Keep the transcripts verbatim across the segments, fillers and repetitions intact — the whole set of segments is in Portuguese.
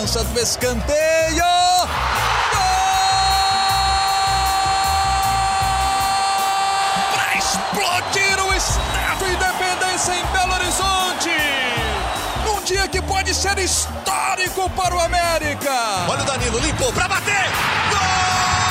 cobrança do escanteio. Gol! Para explodir o Estádio Independência em Belo Horizonte. Num dia que pode ser histórico para o América. Olha o Danilo, limpou para bater. Gol!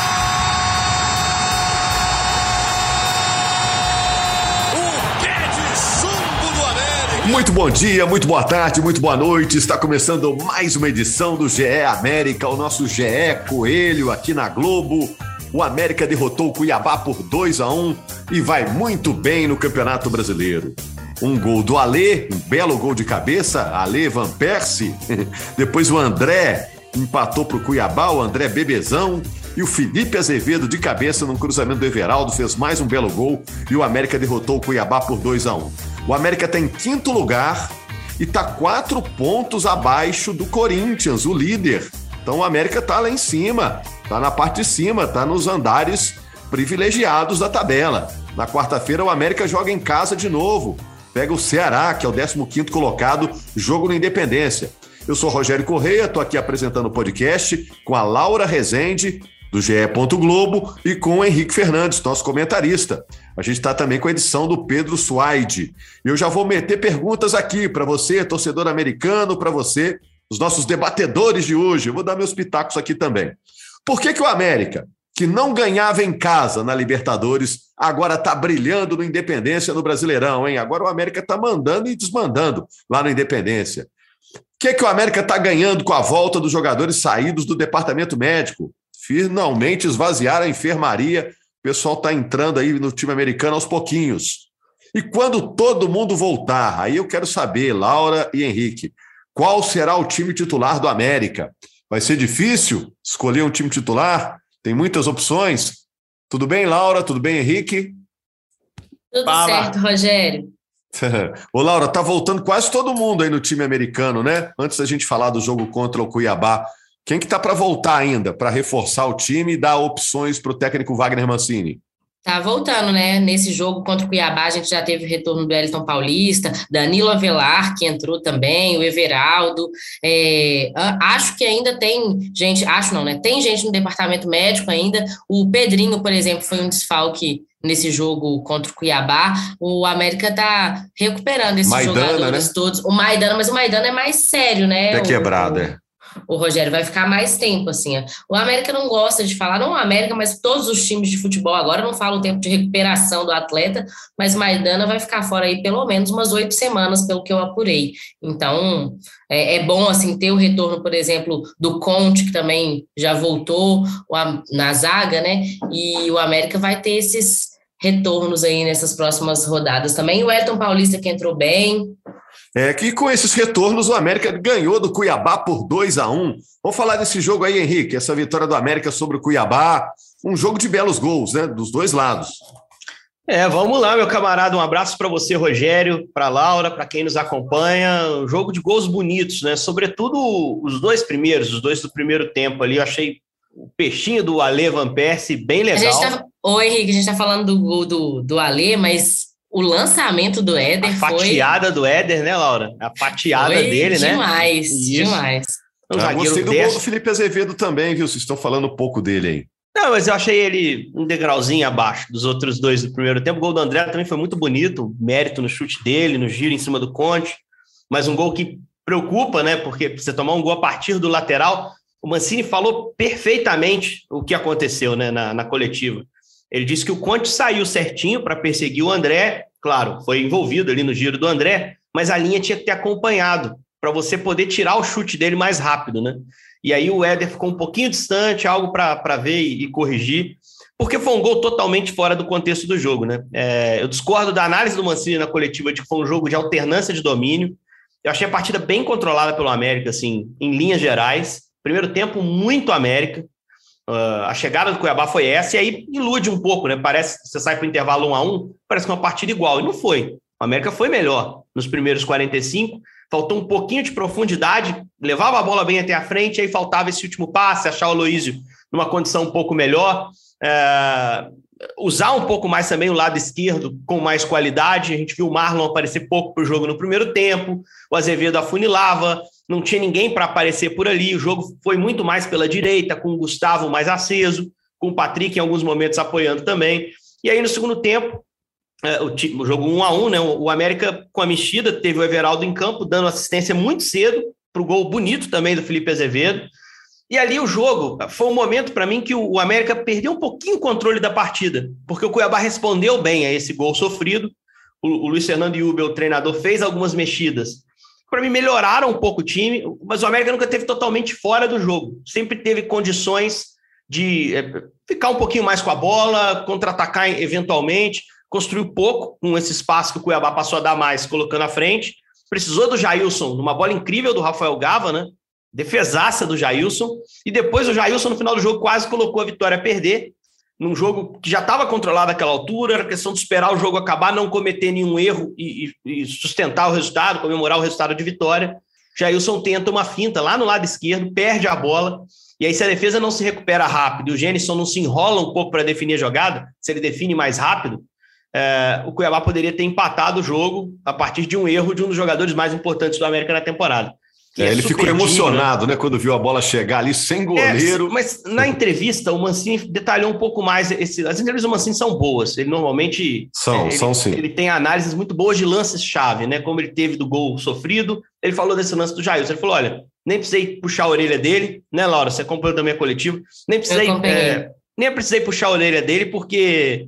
Muito bom dia, muito boa tarde, muito boa noite. Está começando mais uma edição do G E América, o nosso G E Coelho aqui na Globo. O América derrotou o Cuiabá por dois a um e vai muito bem no Campeonato Brasileiro. Um gol do Alê, um belo gol de cabeça, Alê Van Persie. Depois o André empatou para o Cuiabá, o André Bebezão. E o Felipe Azevedo de cabeça num cruzamento do Everaldo fez mais um belo gol e o América derrotou o Cuiabá por dois a um. O América está em quinto lugar e está quatro pontos abaixo do Corinthians, o líder. Então o América está lá em cima, está na parte de cima, está nos andares privilegiados da tabela. Na quarta-feira o América joga em casa de novo. Pega o Ceará, que é o décimo quinto colocado, jogo no Independência. Eu sou Rogério Correia, estou aqui apresentando o podcast com a Laura Rezende, do G E. Globo, e com o Henrique Fernandes, nosso comentarista. A gente está também com a edição do Pedro Suaide. Eu já vou meter perguntas aqui para você, torcedor americano, para você, os nossos debatedores de hoje. Eu vou dar meus pitacos aqui também. Por que que o América, que não ganhava em casa na Libertadores, agora está brilhando no Independência no Brasileirão, hein? Agora o América está mandando e desmandando lá no Independência. O que que o América está ganhando com a volta dos jogadores saídos do departamento médico? Finalmente esvaziaram a enfermaria. O pessoal está entrando aí no time americano aos pouquinhos. E quando todo mundo voltar, aí eu quero saber, Laura e Henrique, qual será o time titular do América? Vai ser difícil escolher um time titular? Tem muitas opções. Tudo bem, Laura? Tudo bem, Henrique? Tudo Fala. Certo, Rogério. Ô, Laura, tá voltando quase todo mundo aí no time americano, né? Antes da gente falar do jogo contra o Cuiabá, quem que tá para voltar ainda, para reforçar o time e dar opções para o técnico Wagner Mancini? Tá voltando, né? Nesse jogo contra o Cuiabá, a gente já teve o retorno do Wellington Paulista, Danilo Avelar, que entrou também, o Everaldo. É, acho que ainda tem gente, acho não, né? Tem gente no departamento médico ainda. O Pedrinho, por exemplo, foi um desfalque nesse jogo contra o Cuiabá. O América tá recuperando esses Maidana, jogadores, né? Todos. O Maidana, mas o Maidana é mais sério, né? É quebrado, o, é. O Rogério vai ficar mais tempo, assim. Ó. O América não gosta de falar, não o América, mas todos os times de futebol agora não falam o tempo de recuperação do atleta, mas Maidana vai ficar fora aí pelo menos umas oito semanas, pelo que eu apurei. Então, é, é bom, assim, ter o retorno, por exemplo, do Conte, que também já voltou na zaga, né? E o América vai ter esses retornos aí nessas próximas rodadas também. O Wellington Paulista, que entrou bem. É que com esses retornos o América ganhou do Cuiabá por dois a um. Vamos falar desse jogo aí, Henrique, essa vitória do América sobre o Cuiabá. Um jogo de belos gols, né? Dos dois lados. É, vamos lá, meu camarada. Um abraço para você, Rogério, para Laura, para quem nos acompanha. Um jogo de gols bonitos, né? Sobretudo os dois primeiros, os dois do primeiro tempo ali. Eu achei o peixinho do Alê Van Persie bem legal. A gente tá... Ô, Henrique, a gente tá falando do gol do, do Alê, mas o lançamento do Éder a foi... A fatiada do Éder, né, Laura? A fatiada foi dele, demais, né? Demais, demais. Um ah, gostei do desse... gol do Felipe Azevedo também, viu? Vocês estão falando pouco dele aí. Não, mas eu achei ele um degrauzinho abaixo dos outros dois do primeiro tempo. O gol do André também foi muito bonito, mérito no chute dele, no giro em cima do Conte, mas um gol que preocupa, né? Porque você tomar um gol a partir do lateral, o Mancini falou perfeitamente o que aconteceu, né, na, na coletiva. Ele disse que o Conte saiu certinho para perseguir o André, claro, foi envolvido ali no giro do André, mas a linha tinha que ter acompanhado para você poder tirar o chute dele mais rápido, né? E aí o Éder ficou um pouquinho distante, algo para ver e, e corrigir, porque foi um gol totalmente fora do contexto do jogo, né? É, eu discordo da análise do Mancini na coletiva de que foi um jogo de alternância de domínio. Eu achei a partida bem controlada pelo América, assim, em linhas gerais. Primeiro tempo, muito América. Uh, a chegada do Cuiabá foi essa, e aí ilude um pouco, né? Parece que você sai para o intervalo um a um, parece que é uma partida igual, e não foi. O América foi melhor nos primeiros quarenta e cinco, faltou um pouquinho de profundidade, levava a bola bem até a frente, aí faltava esse último passe, achar o Aloísio numa condição um pouco melhor, uh, usar um pouco mais também o lado esquerdo com mais qualidade. A gente viu o Marlon aparecer pouco para o jogo no primeiro tempo, o Azevedo afunilava, não tinha ninguém para aparecer por ali, o jogo foi muito mais pela direita, com o Gustavo mais aceso, com o Patrick em alguns momentos apoiando também. E aí no segundo tempo, é, o, o jogo um a um, né, o, o América com a mexida, teve o Everaldo em campo, dando assistência muito cedo para o gol bonito também do Felipe Azevedo. E ali o jogo, foi um momento para mim que o, o América perdeu um pouquinho o controle da partida, porque o Cuiabá respondeu bem a esse gol sofrido, o, o Luiz Fernando Iubel, o treinador, fez algumas mexidas, para mim melhoraram um pouco o time, mas o América nunca esteve totalmente fora do jogo, sempre teve condições de é, ficar um pouquinho mais com a bola, contra-atacar eventualmente, construiu pouco com esse espaço que o Cuiabá passou a dar mais, colocando à frente, precisou do Jailson, numa bola incrível do Rafael Gava, né? Defesaça do Jailson, e depois o Jailson no final do jogo quase colocou a vitória a perder, num jogo que já estava controlado àquela altura, era questão de esperar o jogo acabar, não cometer nenhum erro e, e, e sustentar o resultado, comemorar o resultado de vitória. Jailson tenta uma finta lá no lado esquerdo, perde a bola, e aí se a defesa não se recupera rápido, e o Gênison não se enrola um pouco para definir a jogada, se ele define mais rápido, é, o Cuiabá poderia ter empatado o jogo a partir de um erro de um dos jogadores mais importantes do América na temporada. É, é ele ficou emocionado, né, quando viu a bola chegar ali sem goleiro. É, mas na entrevista o Mancini detalhou um pouco mais. Esse, as entrevistas do Mancini são boas. Ele normalmente são, é, são ele, sim. Ele tem análises muito boas de lances-chave, né? Como ele teve do gol sofrido. Ele falou desse lance do Jailson. Ele falou: olha, nem precisei puxar a orelha dele, né, Laura? Você acompanhou também a coletiva. Nem precisei, é, nem precisei puxar a orelha dele, porque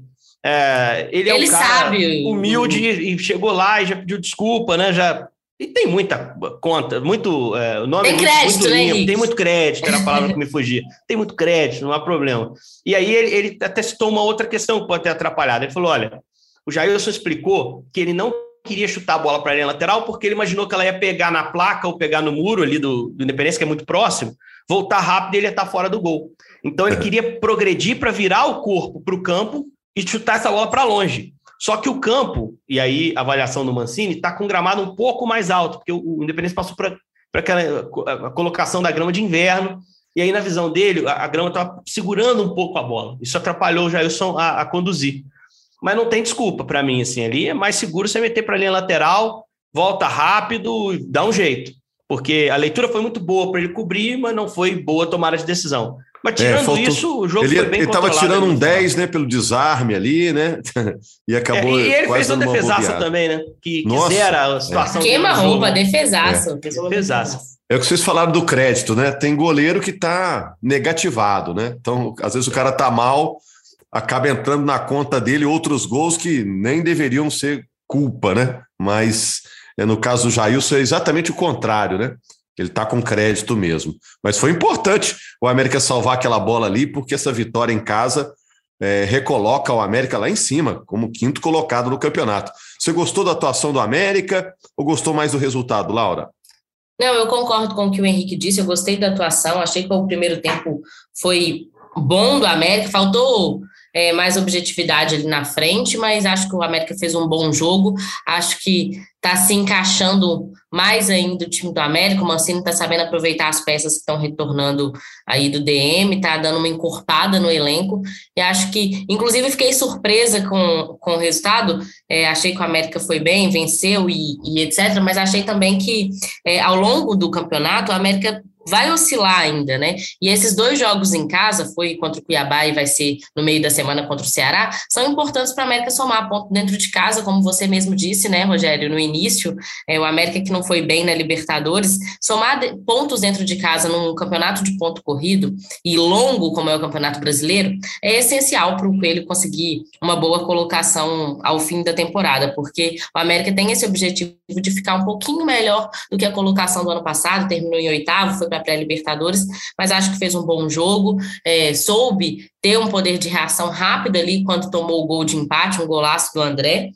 é, ele é ele um cara sabe. humilde e chegou lá e já pediu desculpa, né? Já. E tem muita conta, muito. É, o nome tem é muito, crédito, muito limpo, né, tem muito crédito, era a palavra que me fugia. Tem muito crédito, não há problema. E aí ele, ele até citou uma outra questão que pode ter atrapalhado. Ele falou: olha, o Jailson explicou que ele não queria chutar a bola para a linha lateral porque ele imaginou que ela ia pegar na placa ou pegar no muro ali do, do Independência, que é muito próximo, voltar rápido e ele ia estar fora do gol. Então ele queria progredir para virar o corpo para o campo e chutar essa bola para longe. Só que o campo, e aí a avaliação do Mancini, está com um gramado um pouco mais alto, porque o Independência passou para aquela a colocação da grama de inverno, e aí na visão dele, a, a grama estava segurando um pouco a bola. Isso atrapalhou o Jailson a, a conduzir. Mas não tem desculpa para mim, assim, ali é mais seguro você meter para a linha lateral, volta rápido, dá um jeito. Porque a leitura foi muito boa para ele cobrir, mas não foi boa a tomada de decisão. Mas tirando é, faltou... isso, o jogo ele, foi bem ele controlado. Ele estava tirando um dez, né, pelo desarme ali, né, e acabou é, E ele quase fez uma defesaça também, né, que quisera a situação. É. Queima-roupa, defesaça. É. Defesaça. É o que vocês falaram do crédito, né, tem goleiro que está negativado, né, então às vezes o cara tá mal, acaba entrando na conta dele outros gols que nem deveriam ser culpa, né, mas no caso do Jailson é exatamente o contrário, né. Ele está com crédito mesmo. Mas foi importante o América salvar aquela bola ali, porque essa vitória em casa é, recoloca o América lá em cima, como quinto colocado no campeonato. Você gostou da atuação do América ou gostou mais do resultado, Laura? Não, eu concordo com o que o Henrique disse, eu gostei da atuação, achei que o primeiro tempo foi bom do América, faltou é, mais objetividade ali na frente, mas acho que o América fez um bom jogo, acho que está se encaixando mais ainda o time do América, o Mancini está sabendo aproveitar as peças que estão retornando aí do D M, está dando uma encorpada no elenco, e acho que, inclusive fiquei surpresa com, com o resultado, é, achei que o América foi bem, venceu e, e etcétera, mas achei também que é, ao longo do campeonato o América vai oscilar ainda, né? E esses dois jogos em casa, foi contra o Cuiabá e vai ser no meio da semana contra o Ceará, são importantes para a América somar ponto dentro de casa, como você mesmo disse, né, Rogério, no início, é, o América que não foi bem na Libertadores, somar de, pontos dentro de casa num campeonato de ponto corrido e longo, como é o Campeonato Brasileiro, é essencial para o Coelho conseguir uma boa colocação ao fim da temporada, porque o América tem esse objetivo de ficar um pouquinho melhor do que a colocação do ano passado, terminou em oitavo, foi para a pré-Libertadores, mas acho que fez um bom jogo, é, soube ter um poder de reação rápido ali quando tomou o gol de empate, um golaço do André,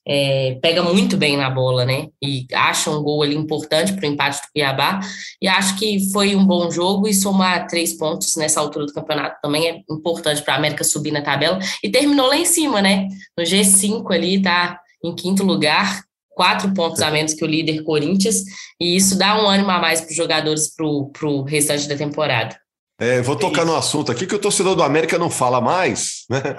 é, pega muito bem na bola, né, e acha um gol ali importante para o empate do Cuiabá, e acho que foi um bom jogo, e somar três pontos nessa altura do campeonato também é importante para a América subir na tabela, e terminou lá em cima, né, no G cinco ali, tá em quinto lugar, quatro pontos a menos que o líder Corinthians, e isso dá um ânimo a mais para os jogadores para o restante da temporada. É, vou tocar no assunto aqui que o torcedor do América não fala mais, né?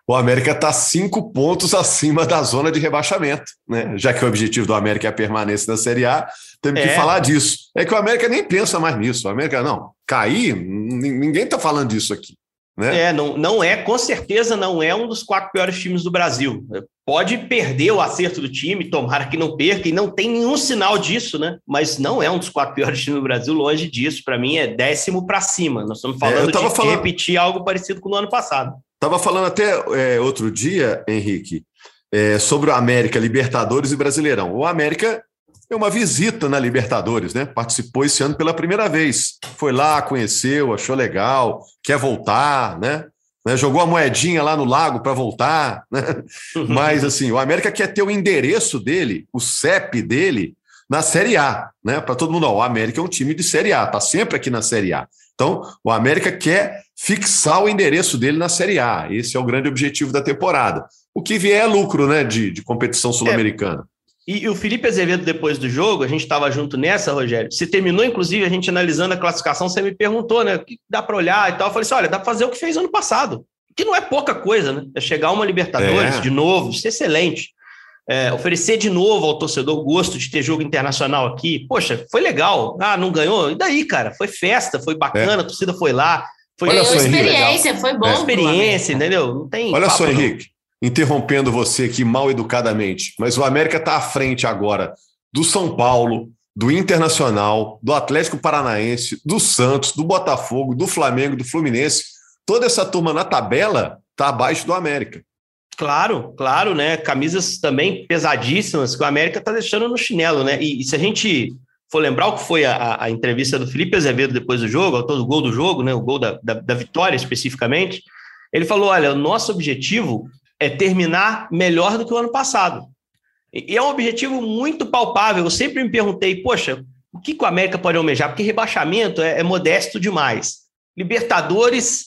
o América está cinco pontos acima da zona de rebaixamento, né? Já que o objetivo do América é a permanência na Série A, temos é. que falar disso. É que o América nem pensa mais nisso. O América, não, cair, ninguém está falando disso aqui. Né? É, não, não é, com certeza não é um dos quatro piores times do Brasil. Pode perder o acerto do time, tomara que não perca, e não tem nenhum sinal disso, né? Mas não é um dos quatro piores times do Brasil, longe disso. Para mim é décimo para cima. Nós estamos falando é, de falando... repetir algo parecido com o ano passado. Estava falando até é, outro dia, Henrique, é, sobre o América, Libertadores e Brasileirão. O América é uma visita na Libertadores, né? Participou esse ano pela primeira vez. Foi lá, conheceu, achou legal, quer voltar, né? né? Jogou a moedinha lá no lago para voltar, né? Mas, assim, o América quer ter o endereço dele, o C E P dele, na Série A, né? Para todo mundo, ó, o América é um time de Série A, tá sempre aqui na Série A. Então, o América quer fixar o endereço dele na Série A. Esse é o grande objetivo da temporada. O que vier é lucro, né? De, de competição sul-americana. É. E, e o Felipe Azevedo, depois do jogo, a gente estava junto nessa, Rogério, se terminou, inclusive, a gente analisando a classificação, você me perguntou, né, o que dá para olhar e tal, eu falei assim, olha, dá para fazer o que fez ano passado, que não é pouca coisa, né, é chegar a uma Libertadores é. de novo, isso é excelente, é, oferecer de novo ao torcedor o gosto de ter jogo internacional aqui, poxa, foi legal, ah, não ganhou, e daí, cara, foi festa, foi bacana, é. a torcida foi lá, foi Olha só, experiência, foi bom. É. Experiência, entendeu? Não tem Olha só, Henrique, interrompendo você aqui mal educadamente, mas o América está à frente agora do São Paulo, do Internacional, do Atlético Paranaense, do Santos, do Botafogo, do Flamengo, do Fluminense. Toda essa turma na tabela está abaixo do América. Claro, claro, né? Camisas também pesadíssimas que o América está deixando no chinelo, né? E, e se a gente for lembrar o que foi a, a entrevista do Felipe Azevedo depois do jogo, autor do gol do jogo, né? O gol da, da, da vitória especificamente, ele falou, olha, o nosso objetivo é terminar melhor do que o ano passado. E é um objetivo muito palpável. Eu sempre me perguntei, poxa, o que o América pode almejar? Porque rebaixamento é, é modesto demais. Libertadores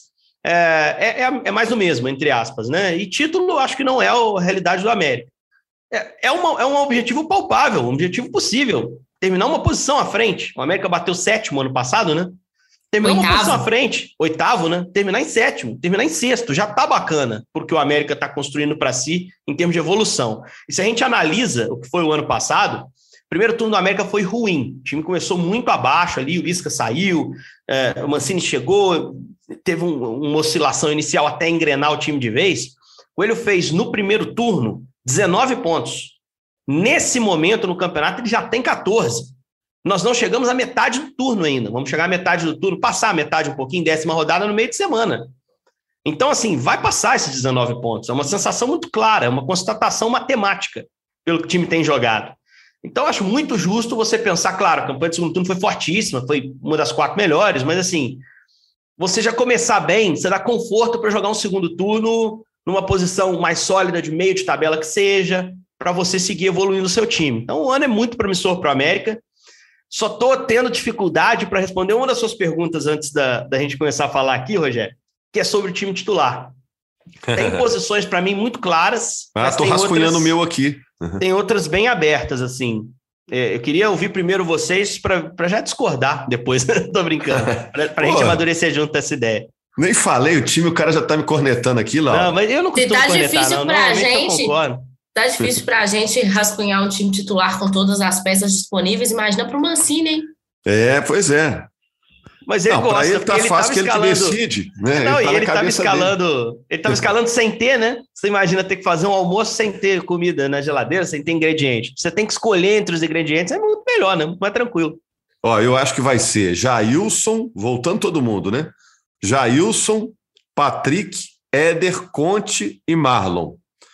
é, é, é mais do mesmo, entre aspas, né? E título, acho que não é a realidade do América. É, é, uma, é um objetivo palpável, um objetivo possível. Terminar uma posição à frente. O América bateu sétimo ano passado, né? Terminar oitavo. Uma posição à frente, oitavo, né? Terminar em sétimo, terminar em sexto, já tá bacana, porque o América está construindo para si em termos de evolução. E se a gente analisa o que foi o ano passado, o primeiro turno do América foi ruim. O time começou muito abaixo ali, o Lisca saiu, é, o Mancini chegou, teve um, uma oscilação inicial até engrenar o time de vez. O Coelho fez no primeiro turno dezenove pontos. Nesse momento no campeonato ele já tem catorze. Nós não chegamos à metade do turno ainda. Vamos chegar à metade do turno, passar a metade um pouquinho, décima rodada no meio de semana. Então, assim, vai passar esses dezenove pontos. É uma sensação muito clara, é uma constatação matemática pelo que o time tem jogado. Então, eu acho muito justo você pensar, claro, a campanha de segundo turno foi fortíssima, foi uma das quatro melhores, mas, assim, você já começar bem, você dá conforto para jogar um segundo turno numa posição mais sólida de meio de tabela que seja, para você seguir evoluindo o seu time. Então, o ano é muito promissor para o América. Só estou tendo dificuldade para responder uma das suas perguntas antes da, da gente começar a falar aqui, Rogério, que é sobre o time titular. Tem posições para mim muito claras. Ah, estou rascunhando o meu aqui. Uhum. Tem outras bem abertas, assim. É, eu queria ouvir primeiro vocês para já discordar depois. Estou brincando. Para a gente amadurecer junto essa ideia. Nem falei o time, o cara já está me cornetando aqui, Laura. Não, mas eu não costumo tá cornetar, difícil não. Pra gente. Tá difícil para a gente rascunhar um time titular com todas as peças disponíveis. Imagina para o Mancini, hein? É, pois é. Mas ele não, gosta. Para ele tá fácil que ele que decide. Né? Não, ele e ele estava escalando, dele. ele estava escalando sem ter, né? Você imagina ter que fazer um almoço sem ter comida na geladeira, sem ter ingrediente. Você tem que escolher entre os ingredientes, é muito melhor, né? Muito mais tranquilo. Ó, eu acho que vai ser Jailson, voltando todo mundo, né? Jailson, Patrick, Éder, Conte e Marlon.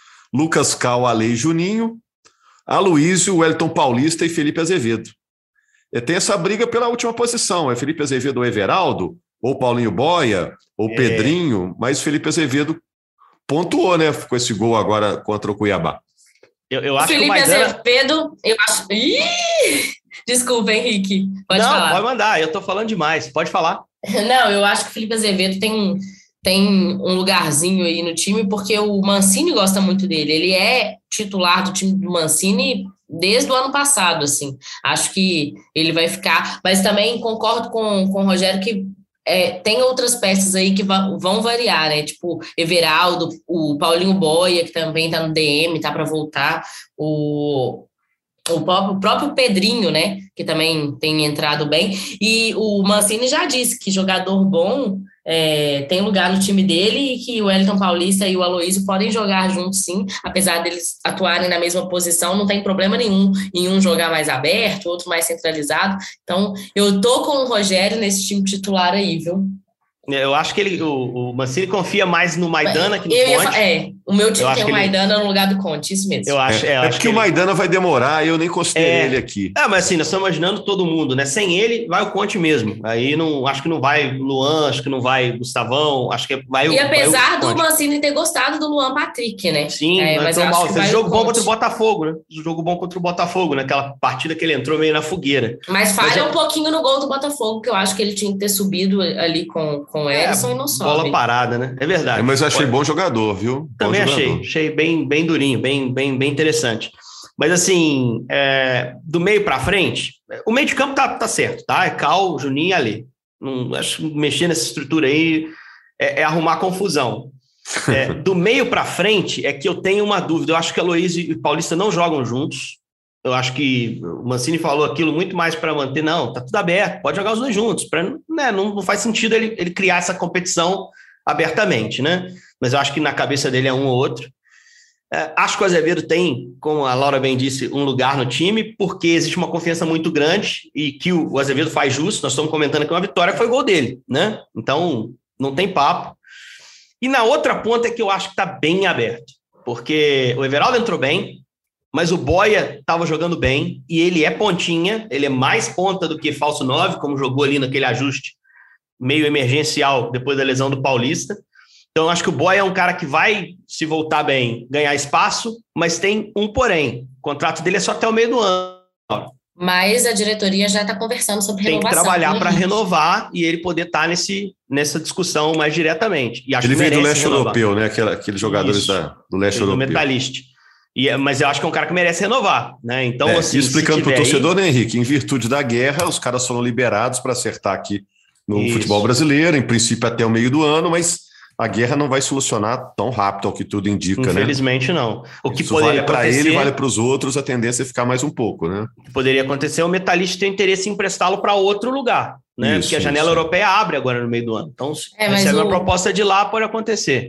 Lucas Cal, Ale e Juninho, Aloísio, Wellington Paulista e Felipe Azevedo. E tem essa briga pela última posição, é Felipe Azevedo ou Everaldo, ou Paulinho Boia, ou é. Pedrinho, mas Felipe Azevedo pontuou, né, com esse gol agora contra o Cuiabá. Eu, eu acho Felipe que o Maidana... Azevedo, eu acho... Ih! Desculpa, Henrique, pode Não, falar. Não, pode mandar, eu tô falando demais, pode falar. Não, eu acho que o Felipe Azevedo tem um... tem um lugarzinho aí no time, porque o Mancini gosta muito dele. Ele é titular do time do Mancini desde o ano passado, assim. Acho que ele vai ficar... Mas também concordo com, com o Rogério que é, tem outras peças aí que vão, vão variar, né? Tipo, Everaldo, o Paulinho Boia, que também tá no D M, tá para voltar, o... O próprio, o próprio Pedrinho, né, que também tem entrado bem, e o Mancini já disse que jogador bom é, tem lugar no time dele e que o Wellington Paulista e o Aloysio podem jogar juntos sim, apesar deles atuarem na mesma posição, não tem problema nenhum em um jogar mais aberto, outro mais centralizado. Então, eu tô com o Rogério nesse time titular aí, viu? Eu acho que ele, o, o Mancini confia mais no Maidana que no eu Conte. É, o meu time tem o Maidana ele... no lugar do Conte, isso mesmo. Eu acho, é, é, eu é acho porque o Maidana ele... vai demorar, eu nem considerei é... ele aqui. É, mas assim, nós estamos imaginando todo mundo, né? Sem ele, vai o Conte mesmo. Aí não, acho que não vai o Luan, acho que não vai o Gustavão, acho que vai o E apesar vai o do Mancini ter gostado do Luan Patrick, né? Sim, é, mas eu mal. Fez jogo bom contra o Botafogo, né? Jogo bom contra o Botafogo, naquela partida que ele entrou meio na fogueira. Mas falha mas eu... um pouquinho no gol do Botafogo, que eu acho que ele tinha que ter subido ali com, com o Edson é, e não sobe. Bola parada, né? É verdade. É, mas eu achei Olha, bom jogador, viu? Também bom achei. Jogador. Achei bem, bem durinho, bem, bem, bem interessante. Mas assim, é, do meio para frente, o meio de campo tá, tá certo, tá? É Cal, Juninho e Alê. Não, acho que mexer nessa estrutura aí é, é arrumar confusão. É, do meio para frente é que eu tenho uma dúvida. Eu acho que Aloysio e Paulista não jogam juntos. Eu acho que o Mancini falou aquilo muito mais para manter, não, tá tudo aberto, pode jogar os dois juntos. Pra, né, não, não faz sentido ele, ele criar essa competição abertamente, né? Mas eu acho que na cabeça dele é um ou outro. É, acho que o Azevedo tem, como a Laura bem disse, um lugar no time, porque existe uma confiança muito grande e que o, o Azevedo faz justo. Nós estamos comentando que uma vitória foi gol dele, né? Então, não tem papo. E na outra ponta é que eu acho que está bem aberto, porque o Everaldo entrou bem, mas o Boia estava jogando bem e ele é pontinha, ele é mais ponta do que falso nove, como jogou ali naquele ajuste meio emergencial depois da lesão do Paulista. Então, acho que o Boia é um cara que vai, se voltar bem, ganhar espaço, mas tem um porém. O contrato dele é só até o meio do ano. Mas a diretoria já está conversando sobre renovação. Tem que trabalhar para renovar e ele poder estar tá nesse, nessa discussão mais diretamente. E acho ele que vem do leste renovar. europeu, né? Aquela, aqueles jogadores da, do leste do europeu. Metalist. E, mas eu acho que é um cara que merece renovar, né? Então, é, assim, explicando para o torcedor, aí... né, Henrique? Em virtude da guerra, os caras foram liberados para acertar aqui no Isso. futebol brasileiro, em princípio até o meio do ano, mas a guerra não vai solucionar tão rápido, ao que tudo indica, Infelizmente, né? não. O que Isso poderia vale para acontecer... ele, vale para os outros, a tendência é ficar mais um pouco, né? O que poderia acontecer é o Metalist ter interesse em emprestá-lo para outro lugar, né? Isso, Porque a janela isso. europeia abre agora no meio do ano. Então, se é, recebe o... uma proposta de lá, pode acontecer.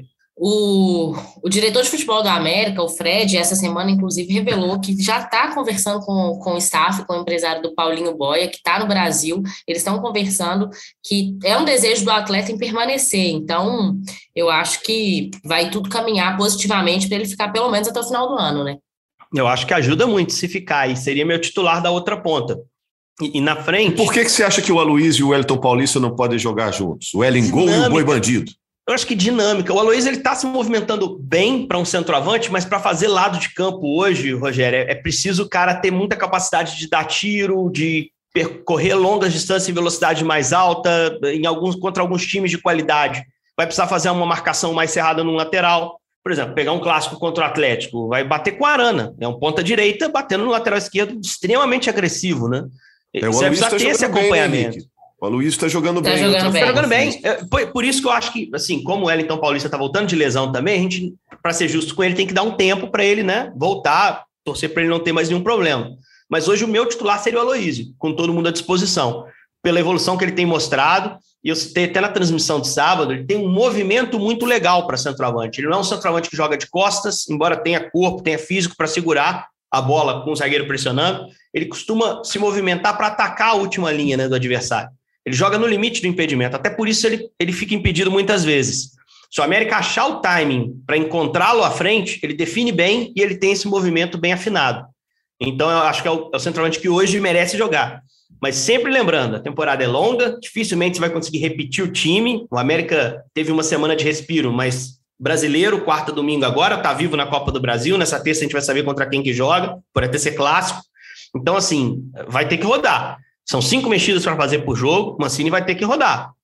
O, o diretor de futebol da América, o Fred, essa semana, inclusive, revelou que já está conversando com, com o staff, com o empresário do Paulinho Boia, que está no Brasil. Eles estão conversando que é um desejo do atleta em permanecer. Então, eu acho que vai tudo caminhar positivamente para ele ficar pelo menos até o final do ano, né? Eu acho que ajuda muito se ficar, e seria meu titular da outra ponta. E, e na frente... E por que, que você acha que o Aloysio e o Wellington Paulista não podem jogar juntos? O Ellen Gol e o Boi Bandido? Eu acho que dinâmica. O Aloysio ele está se movimentando bem para um centroavante, mas para fazer lado de campo hoje, Rogério, é, é preciso o cara ter muita capacidade de dar tiro, de percorrer longas distâncias em velocidade mais alta, em alguns, contra alguns times de qualidade. Vai precisar fazer uma marcação mais cerrada no lateral. Por exemplo, pegar um clássico contra o Atlético, vai bater com a Arana. É um ponta-direita batendo no lateral esquerdo, extremamente agressivo, né? É, Você vai precisar ter esse acompanhamento. Bem, o Aloysio está jogando tá bem. Jogando está jogando bem. Por, por isso que eu acho que, assim, como o Wellington Paulista está voltando de lesão também, a gente, para ser justo com ele, tem que dar um tempo para ele, né, voltar, torcer para ele não ter mais nenhum problema. Mas hoje o meu titular seria o Aloysio, com todo mundo à disposição, pela evolução que ele tem mostrado. E eu citei até na transmissão de sábado, ele tem um movimento muito legal para centroavante. Ele não é um centroavante que joga de costas, embora tenha corpo, tenha físico para segurar a bola com o zagueiro pressionando. Ele costuma se movimentar para atacar a última linha, né, do adversário. Ele joga no limite do impedimento, até por isso ele, ele fica impedido muitas vezes. Se o América achar o timing para encontrá-lo à frente, ele define bem e ele tem esse movimento bem afinado. Então eu acho que é o, é o centroavante que hoje merece jogar. Mas sempre lembrando, a temporada é longa, dificilmente você vai conseguir repetir o time. O América teve uma semana de respiro, mas brasileiro, quarta, domingo agora, está vivo na Copa do Brasil. Nessa terça a gente vai saber contra quem que joga, pode até ser clássico. Então, assim, vai ter que rodar. São cinco mexidas para fazer por jogo, o Mancini vai ter que rodar.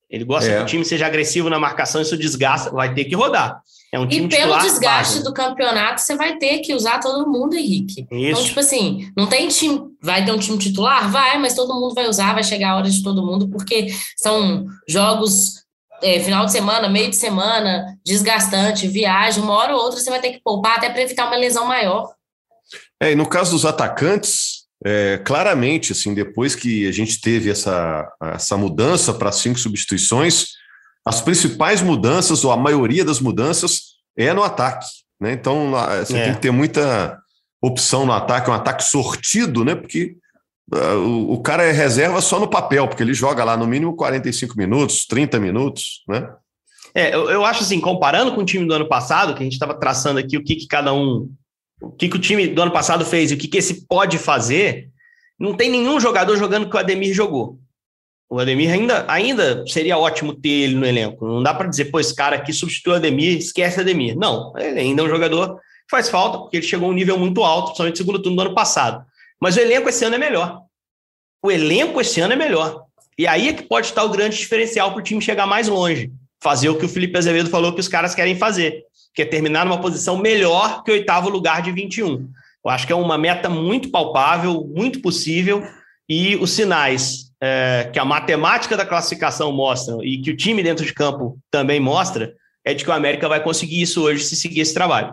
Ele gosta é. que o time seja agressivo na marcação, isso desgasta, vai ter que rodar. É um time e pelo titular, desgaste base. do campeonato, você vai ter que usar todo mundo, Henrique. Isso. Então, tipo assim, não tem time, vai ter um time titular? Vai, mas todo mundo vai usar, vai chegar a hora de todo mundo, porque são jogos é, final de semana, meio de semana, desgastante, viagem, uma hora ou outra você vai ter que poupar até para evitar uma lesão maior. É, e no caso dos atacantes, é, claramente, assim, depois que a gente teve essa, essa mudança para cinco substituições, as principais mudanças, ou a maioria das mudanças, é no ataque, né? Então, você é. tem que ter muita opção no ataque, um ataque sortido, né? Porque uh, o, o cara é reserva só no papel, porque ele joga lá no mínimo quarenta e cinco minutos, trinta minutos, né? É, eu, eu acho assim, comparando com o time do ano passado, que a gente estava traçando aqui o que, que cada um, o que, que o time do ano passado fez e o que, que esse pode fazer, não tem nenhum jogador jogando que o Ademir jogou. O Ademir ainda, ainda seria ótimo ter ele no elenco. Não dá para dizer, pô, esse cara aqui substitui o Ademir, esquece o Ademir. Não, ele ainda é um jogador que faz falta, porque ele chegou a um nível muito alto, principalmente no segundo turno do ano passado. Mas o elenco esse ano é melhor. O elenco esse ano é melhor. E aí é que pode estar o grande diferencial para o time chegar mais longe. Fazer o que o Felipe Azevedo falou que os caras querem fazer, que é terminar numa posição melhor que o oitavo lugar de vinte e um. Eu acho que é uma meta muito palpável, muito possível, e os sinais é, que a matemática da classificação mostra e que o time dentro de campo também mostra é de que o América vai conseguir isso hoje se seguir esse trabalho.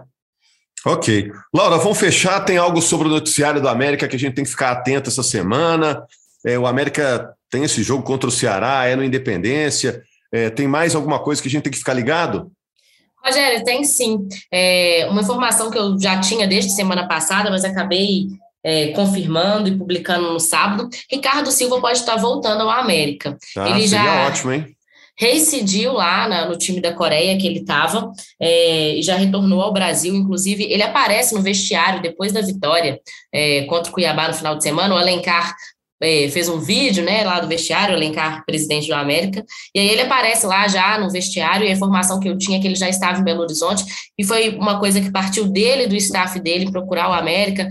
Ok. Laura, vamos fechar. Tem algo sobre o noticiário do América que a gente tem que ficar atento essa semana? É, o América tem esse jogo contra o Ceará, é no Independência. É, tem mais alguma coisa que a gente tem que ficar ligado? Rogério, tem sim. É, uma informação que eu já tinha desde semana passada, mas acabei é, confirmando e publicando no sábado. Ricardo Silva pode estar voltando ao América. Ah, ele seria já ótimo, hein? Reincidiu lá na, no time da Coreia que ele estava é, e já retornou ao Brasil. Inclusive, ele aparece no vestiário depois da vitória é, contra o Cuiabá no final de semana. O Alencar É, fez um vídeo, né, lá do vestiário, o Alencar, presidente do América, e aí ele aparece lá já no vestiário, e a informação que eu tinha é que ele já estava em Belo Horizonte, e foi uma coisa que partiu dele, do staff dele, procurar o América,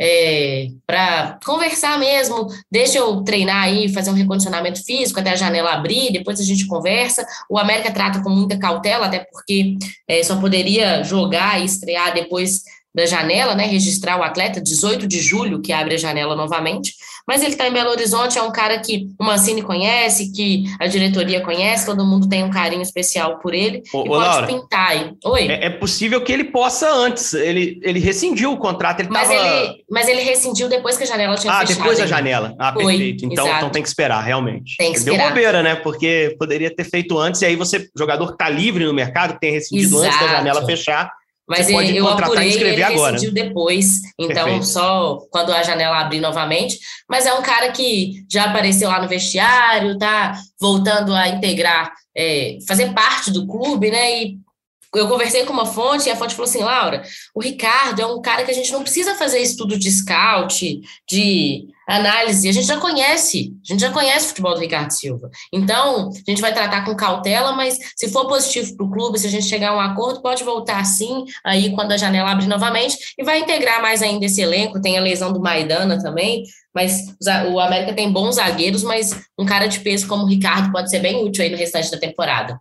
é, para conversar mesmo, deixa eu treinar aí, fazer um recondicionamento físico até a janela abrir, depois a gente conversa. O América trata com muita cautela, até porque é, só poderia jogar e estrear depois da janela, né, registrar o atleta, dezoito de julho, que abre a janela novamente, mas ele está em Belo Horizonte, é um cara que o Mancini conhece, que a diretoria conhece, todo mundo tem um carinho especial por ele, ô, e ô, pode Laura, pintar aí. Oi? É, é possível que ele possa antes, ele, ele rescindiu o contrato, ele mas, tava... ele, mas ele rescindiu depois que a janela tinha ah, fechado. Ah, depois da ainda. janela, ah, Foi, perfeito, então, então tem que esperar, realmente. Tem que ele esperar. Deu bobeira, né, porque poderia ter feito antes, e aí você, jogador que está livre no mercado, que tem rescindido Exato. antes da janela fechar, mas você pode ele, eu contratar apurei, e escrever ele agora. rescindiu depois, então Perfeito. Só quando a janela abrir novamente, mas é um cara que já apareceu lá no vestiário, tá voltando a integrar, é, fazer parte do clube, né, e eu conversei com uma fonte e a fonte falou assim, Laura, o Ricardo é um cara que a gente não precisa fazer estudo de scout, de análise, a gente já conhece, a gente já conhece o futebol do Ricardo Silva. Então, a gente vai tratar com cautela, mas se for positivo para o clube, se a gente chegar a um acordo, pode voltar sim, aí quando a janela abrir novamente, e vai integrar mais ainda esse elenco, tem a lesão do Maidana também, mas o América tem bons zagueiros, mas um cara de peso como o Ricardo pode ser bem útil aí no restante da temporada.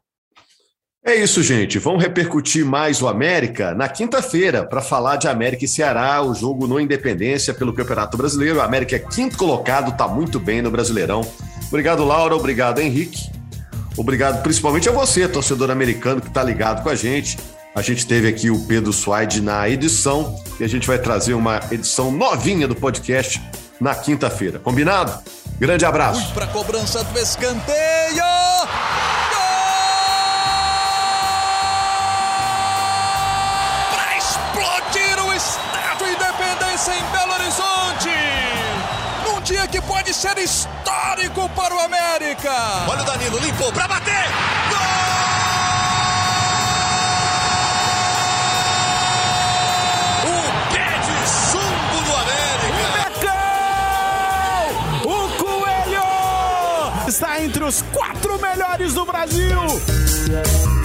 É isso, gente. Vamos repercutir mais o América na quinta-feira para falar de América e Ceará, o jogo no Independência pelo Campeonato Brasileiro. O América é quinto colocado, está muito bem no Brasileirão. Obrigado, Laura. Obrigado, Henrique. Obrigado principalmente a você, torcedor americano, que está ligado com a gente. A gente teve aqui o Pedro Suaide na edição e a gente vai trazer uma edição novinha do podcast na quinta-feira. Combinado? Grande abraço. Para a cobrança do escanteio. Em Belo Horizonte, num dia que pode ser histórico para o América. Olha o Danilo, limpou para bater. Gol! O pé de chumbo do América. Becão! O Coelho está entre os quatro melhores do Brasil.